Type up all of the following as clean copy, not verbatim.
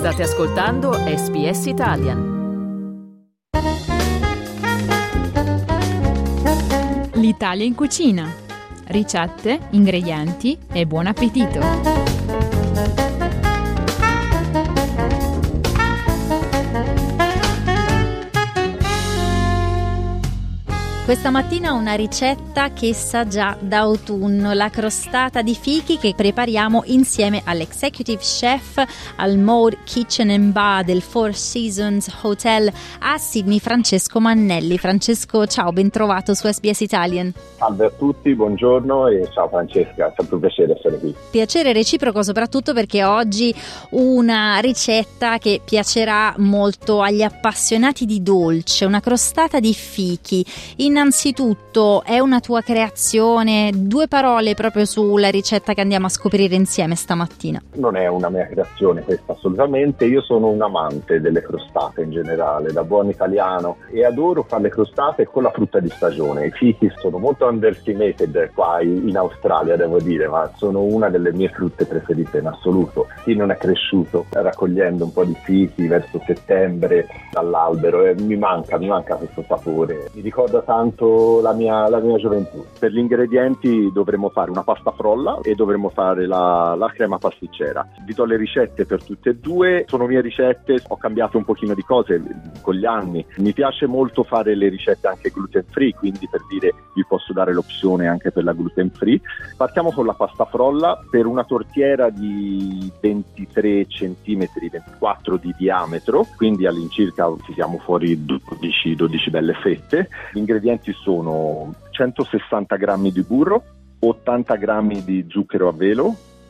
State ascoltando SBS Italian. L'Italia in cucina. Ricette, ingredienti e buon appetito! Questa mattina una ricetta che sa già d'autunno, la crostata di fichi che prepariamo insieme all'executive chef al Mode Kitchen and Bar del Four Seasons Hotel a Sydney, Francesco Mannelli. Francesco, ciao, ben trovato su SBS Italian. Salve a tutti, buongiorno e ciao Francesca, è sempre un piacere essere qui. Piacere reciproco soprattutto perché oggi una ricetta che piacerà molto agli appassionati di dolce, una crostata di fichi. Innanzitutto è una tua creazione, 2 parole proprio sulla ricetta che andiamo a scoprire insieme stamattina. Non è una mia creazione questa assolutamente, io sono un amante delle crostate in generale, da buon italiano, e adoro fare le crostate con la frutta di stagione. I fichi sono molto underestimated qua in Australia, devo dire, ma sono una delle mie frutte preferite in assoluto. Chi non è cresciuto raccogliendo un po' di fichi verso settembre dall'albero e mi manca questo sapore, mi ricorda tanto la mia gioventù. Per gli ingredienti dovremo fare una pasta frolla e dovremo fare la crema pasticcera. Vi do le ricette per tutte e due, sono mie ricette, ho cambiato un pochino di cose con gli anni. Mi piace molto fare le ricette anche gluten free, quindi per dire vi posso dare l'opzione anche per la gluten free. Partiamo con la pasta frolla. Per una tortiera di 23 cm, 24 di diametro, quindi all'incirca tiriamo fuori 12 belle fette. Gli ingredienti sono 160 grammi di burro, 80 grammi di zucchero a velo,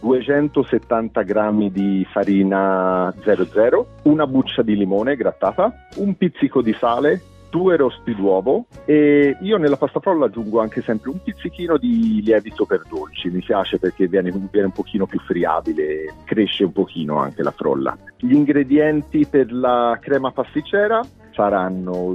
270 grammi di farina 00, una buccia di limone grattata, un pizzico di sale, 2 rosti d'uovo, e io nella pasta frolla aggiungo anche sempre un pizzichino di lievito per dolci. Mi piace perché viene un pochino più friabile, cresce un pochino anche la frolla. Gli ingredienti per la crema pasticcera saranno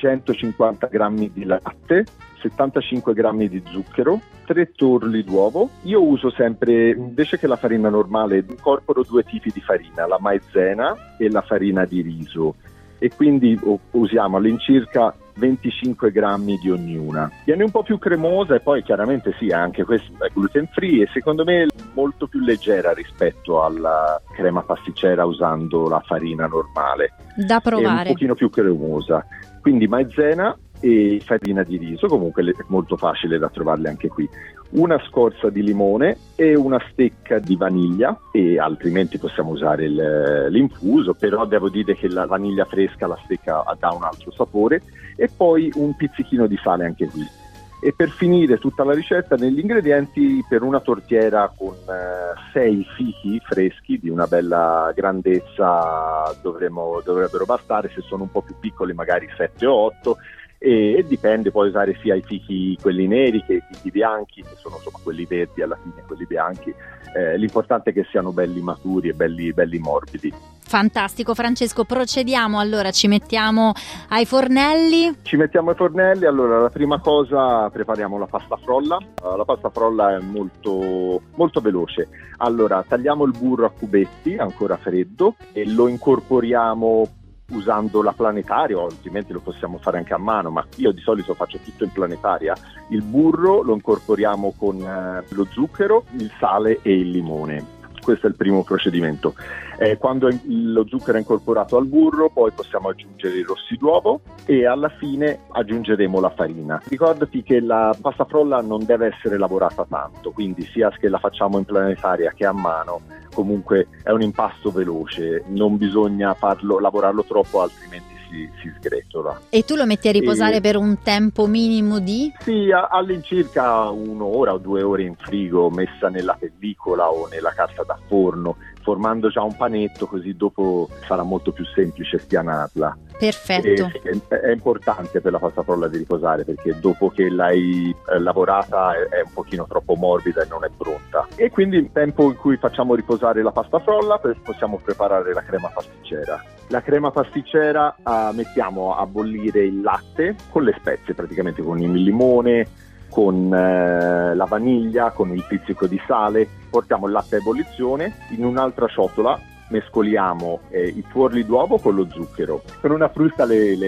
250 grammi di latte, 75 grammi di zucchero, 3 torli d'uovo. Io uso sempre, invece che la farina normale, incorporo 2 tipi di farina, la maizena e la farina di riso, e quindi usiamo all'incirca 25 grammi di ognuna. Viene un po' più cremosa e poi chiaramente sì, anche questa è gluten free e secondo me molto più leggera rispetto alla crema pasticcera usando la farina normale. Da provare. È un pochino più cremosa. Quindi maizena e farina di riso, comunque è molto facile da trovarle anche qui. Una scorza di limone e una stecca di vaniglia, e altrimenti possiamo usare l'infuso, però devo dire che la vaniglia fresca, la stecca dà un altro sapore, e poi un pizzichino di sale anche qui. E per finire tutta la ricetta, negli ingredienti per una tortiera con 6 fichi freschi di una bella grandezza dovrebbero bastare. Se sono un po' più piccoli magari 7 o 8, e dipende, puoi usare sia i fichi quelli neri che i fichi bianchi, che sono insomma quelli verdi alla fine, quelli bianchi. L'importante è che siano belli maturi e belli morbidi. Fantastico Francesco, procediamo allora, ci mettiamo ai fornelli. Allora la prima cosa, prepariamo la pasta frolla. La pasta frolla è molto, molto veloce. Allora tagliamo il burro a cubetti ancora freddo e lo incorporiamo usando la planetaria, o altrimenti lo possiamo fare anche a mano, ma io di solito faccio tutto in planetaria. Il burro lo incorporiamo con lo zucchero, il sale e il limone. Questo è il primo procedimento. Quando lo zucchero è incorporato al burro, poi possiamo aggiungere i rossi d'uovo e alla fine aggiungeremo la farina. Ricordati che la pasta frolla non deve essere lavorata tanto, quindi sia che la facciamo in planetaria che a mano, comunque è un impasto veloce, non bisogna lavorarlo troppo, altrimenti si sgretola. E tu lo metti a riposare per un tempo minimo di? Sì, all'incirca 1 ora o 2 ore in frigo, messa nella pellicola o nella carta da forno, formando già un panetto, così dopo sarà molto più semplice spianarla. Perfetto. È importante per la pasta frolla di riposare, perché dopo che l'hai lavorata è un pochino troppo morbida e non è pronta. E quindi il tempo in cui facciamo riposare la pasta frolla possiamo preparare la crema pasticcera. La crema pasticcera mettiamo a bollire il latte con le spezie, praticamente con il limone, con la vaniglia, con il pizzico di sale. Portiamo il latte a ebollizione, in un'altra ciotola mescoliamo i tuorli d'uovo con lo zucchero. Per una frusta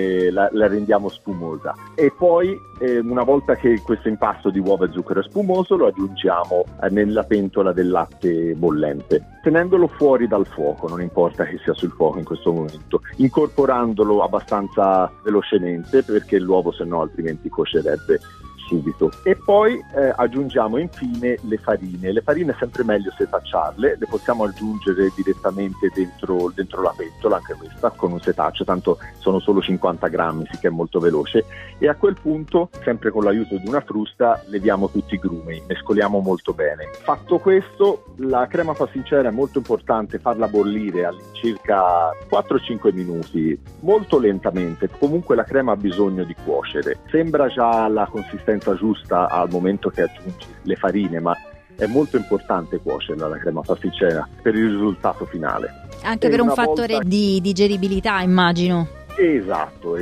la rendiamo spumosa e poi una volta che questo impasto di uova e zucchero è spumoso lo aggiungiamo nella pentola del latte bollente, tenendolo fuori dal fuoco, non importa che sia sul fuoco in questo momento, incorporandolo abbastanza velocemente perché l'uovo sennò altrimenti cuocerebbe subito. E poi aggiungiamo infine le farine è sempre meglio setacciarle, le possiamo aggiungere direttamente dentro la pentola, anche questa con un setaccio, tanto sono solo 50 grammi, sì che è molto veloce, e a quel punto, sempre con l'aiuto di una frusta, leviamo tutti i grumi, mescoliamo molto bene. Fatto questo, la crema pasticcera è molto importante farla bollire all'incirca 4-5 minuti, molto lentamente, comunque la crema ha bisogno di cuocere, sembra già la consistenza giusta al momento che aggiungi le farine, ma è molto importante cuocerla la crema pasticcera per il risultato finale. Anche per un fattore di digeribilità, immagino. Esatto,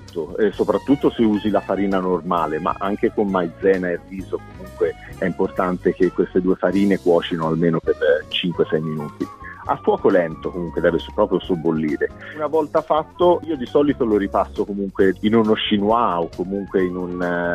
e soprattutto se usi la farina normale, ma anche con maizena e riso comunque è importante che queste due farine cuocino almeno per 5-6 minuti. A fuoco lento comunque deve proprio sobbollire. Una volta fatto, io di solito lo ripasso comunque in uno chinois o comunque in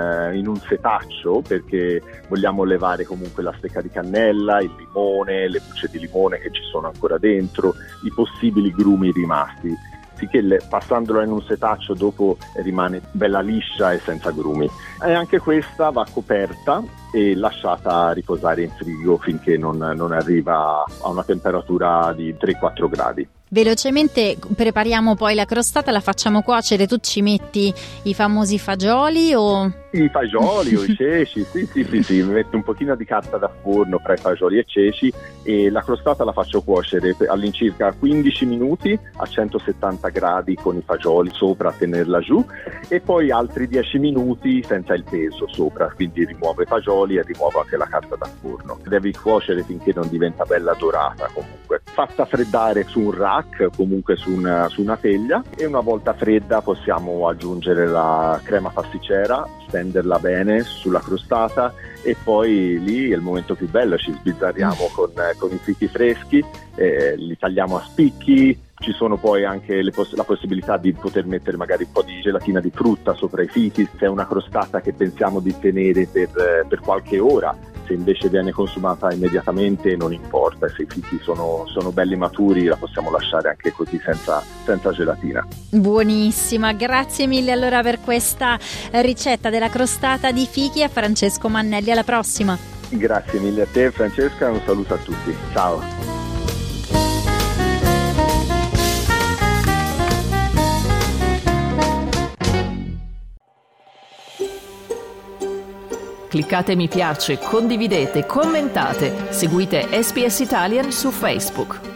un setaccio, perché vogliamo levare comunque la stecca di cannella, il limone, le bucce di limone che ci sono ancora dentro, i possibili grumi rimasti, sicché passandolo in un setaccio dopo rimane bella liscia e senza grumi. E anche questa va coperta e lasciata riposare in frigo finché non arriva a una temperatura di 3-4 gradi. Velocemente prepariamo poi la crostata, la facciamo cuocere, tu ci metti i famosi fagioli o... I fagioli o i ceci, sì, mi metto un pochino di carta da forno tra i fagioli e ceci e la crostata la faccio cuocere all'incirca 15 minuti a 170 gradi con i fagioli sopra a tenerla giù e poi altri 10 minuti senza il peso sopra, quindi rimuovo i fagioli e rimuovo anche la carta da forno. Devi cuocere finché non diventa bella dorata comunque. Fatta freddare su un rack, comunque su una teglia, e una volta fredda possiamo aggiungere la crema pasticcera, stenderla bene sulla crostata e poi lì è il momento più bello, ci sbizzarriamo con i fichi freschi, li tagliamo a spicchi. Ci sono poi anche la possibilità di poter mettere magari un po' di gelatina di frutta sopra i fichi, se è una crostata che pensiamo di tenere per qualche ora. Se invece viene consumata immediatamente non importa, se i fichi sono belli maturi la possiamo lasciare anche così senza gelatina. Buonissima, grazie mille allora per questa ricetta della crostata di fichi. A Francesco Mannelli, alla prossima. Grazie mille a te Francesca e un saluto a tutti, ciao. Cliccate mi piace, condividete, commentate, seguite SBS Italian su Facebook.